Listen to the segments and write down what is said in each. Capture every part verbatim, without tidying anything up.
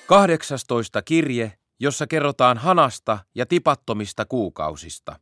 Kahdeksastoista kirje, jossa kerrotaan Hanasta ja tipattomista kuukausista.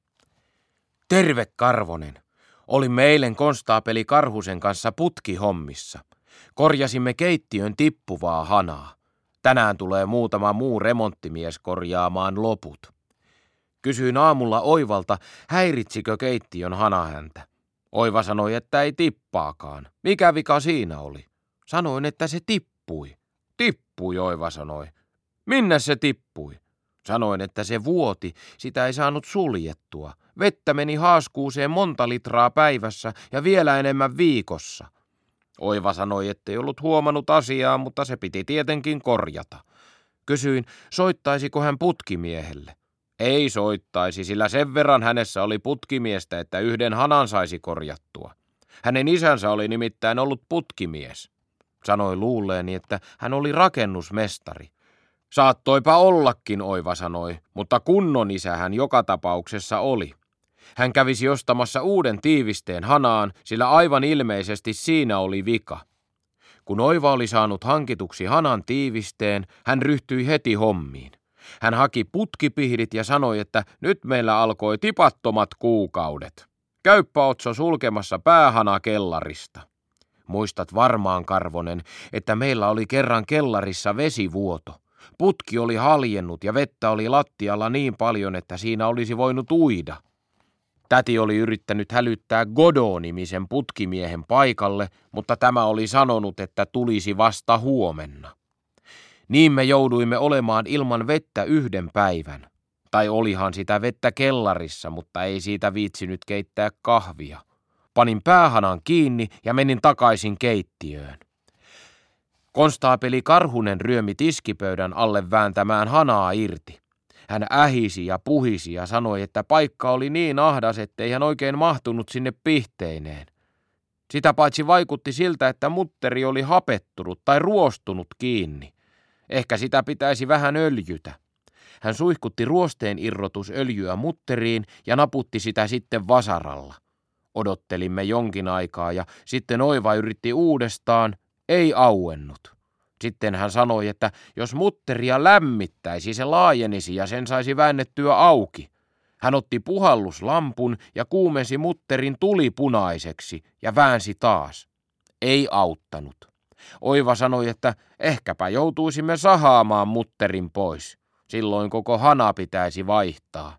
Terve Karvonen! Olimme eilen konstaapeli Karhusen kanssa putkihommissa. Korjasimme keittiön tippuvaa hanaa. Tänään tulee muutama muu remonttimies korjaamaan loput. Kysyin aamulla Oivalta, häiritsikö keittiön hana häntä. Oiva sanoi, että ei tippaakaan. Mikä vika siinä oli? Sanoin, että se tippui. Tippui, Oiva sanoi. Minne se tippui? Sanoin, että se vuoti, sitä ei saanut suljettua. Vettä meni haaskuuseen monta litraa päivässä ja vielä enemmän viikossa. Oiva sanoi, ettei ollut huomannut asiaa, mutta se piti tietenkin korjata. Kysyin, soittaisiko hän putkimiehelle. Ei soittaisi, sillä sen verran hänessä oli putkimiestä, että yhden hanan saisi korjattua. Hänen isänsä oli nimittäin ollut putkimies. Sanoi luulleeni, että hän oli rakennusmestari. Saattoipa ollakin, Oiva sanoi, mutta kunnon isä hän joka tapauksessa oli. Hän kävisi ostamassa uuden tiivisteen hanaan, sillä aivan ilmeisesti siinä oli vika. Kun Oiva oli saanut hankituksi hanan tiivisteen, hän ryhtyi heti hommiin. Hän haki putkipihdit ja sanoi, että nyt meillä alkoi tipattomat kuukaudet. Käyppä Otso sulkemassa päähana kellarista. Muistat varmaan, Karvonen, että meillä oli kerran kellarissa vesivuoto. Putki oli haljennut ja vettä oli lattialla niin paljon, että siinä olisi voinut uida. Täti oli yrittänyt hälyttää Godot-nimisen putkimiehen paikalle, mutta tämä oli sanonut, että tulisi vasta huomenna. Niin me jouduimme olemaan ilman vettä yhden päivän. Tai olihan sitä vettä kellarissa, mutta ei siitä viitsinyt keittää kahvia. Panin päähanan kiinni ja menin takaisin keittiöön. Konstaapeli Karhunen ryömi tiskipöydän alle vääntämään hanaa irti. Hän ähisi ja puhisi ja sanoi, että paikka oli niin ahdas, ettei hän oikein mahtunut sinne pihteineen. Sitä paitsi vaikutti siltä, että mutteri oli hapettunut tai ruostunut kiinni. Ehkä sitä pitäisi vähän öljytä. Hän suihkutti ruosteen irrotusöljyä mutteriin ja naputti sitä sitten vasaralla. Odottelimme jonkin aikaa ja sitten Oiva yritti uudestaan, ei auennut. Sitten hän sanoi, että jos mutteria lämmittäisi, se laajenisi ja sen saisi väännettyä auki. Hän otti puhalluslampun ja kuumensi mutterin tulipunaiseksi ja väänsi taas. Ei auttanut. Oiva sanoi, että ehkäpä joutuisimme sahaamaan mutterin pois. Silloin koko hana pitäisi vaihtaa.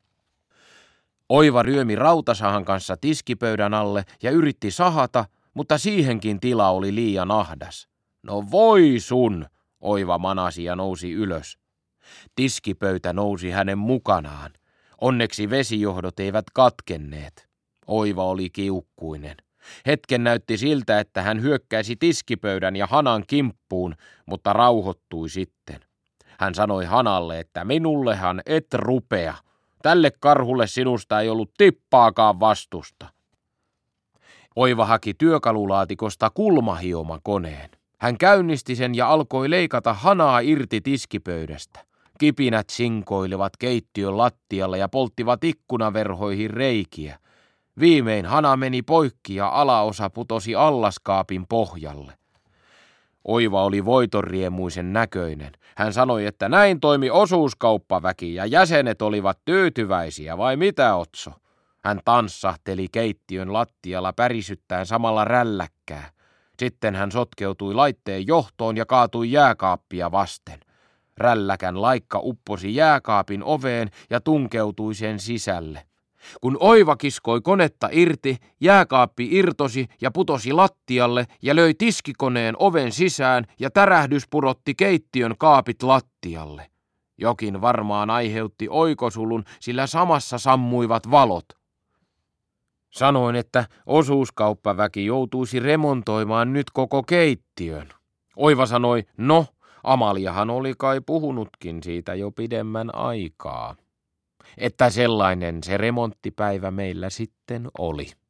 Oiva ryömi rautasahan kanssa tiskipöydän alle ja yritti sahata, mutta siihenkin tila oli liian ahdas. No voi sun, Oiva manasi ja nousi ylös. Tiskipöytä nousi hänen mukanaan. Onneksi vesijohdot eivät katkenneet. Oiva oli kiukkuinen. Hetken näytti siltä, että hän hyökkäisi tiskipöydän ja hanan kimppuun, mutta rauhoittui sitten. Hän sanoi hanalle, että minullehan et rupea. Tälle karhulle sinusta ei ollut tippaakaan vastusta. Oiva haki työkalulaatikosta kulmahiomakoneen. Hän käynnisti sen ja alkoi leikata hanaa irti tiskipöydästä. Kipinät sinkoilivat keittiön lattialla ja polttivat ikkunaverhoihin reikiä. Viimein hana meni poikki ja alaosa putosi allaskaapin pohjalle. Oiva oli voitonriemuisen näköinen. Hän sanoi, että näin toimi osuuskauppaväki ja jäsenet olivat tyytyväisiä, vai mitä, Otso? Hän tanssahteli keittiön lattialla pärisyttäen samalla rälläkkää. Sitten hän sotkeutui laitteen johtoon ja kaatui jääkaappia vasten. Rälläkän laikka upposi jääkaapin oveen ja tunkeutui sen sisälle. Kun Oiva kiskoi konetta irti, jääkaappi irtosi ja putosi lattialle ja löi tiskikoneen oven sisään ja tärähdys purotti keittiön kaapit lattialle. Jokin varmaan aiheutti oikosulun, sillä samassa sammuivat valot. Sanoin, että osuuskauppaväki joutuisi remontoimaan nyt koko keittiön. Oiva sanoi, no, Amaliahan oli kai puhunutkin siitä jo pidemmän aikaa. Että sellainen se remonttipäivä meillä sitten oli.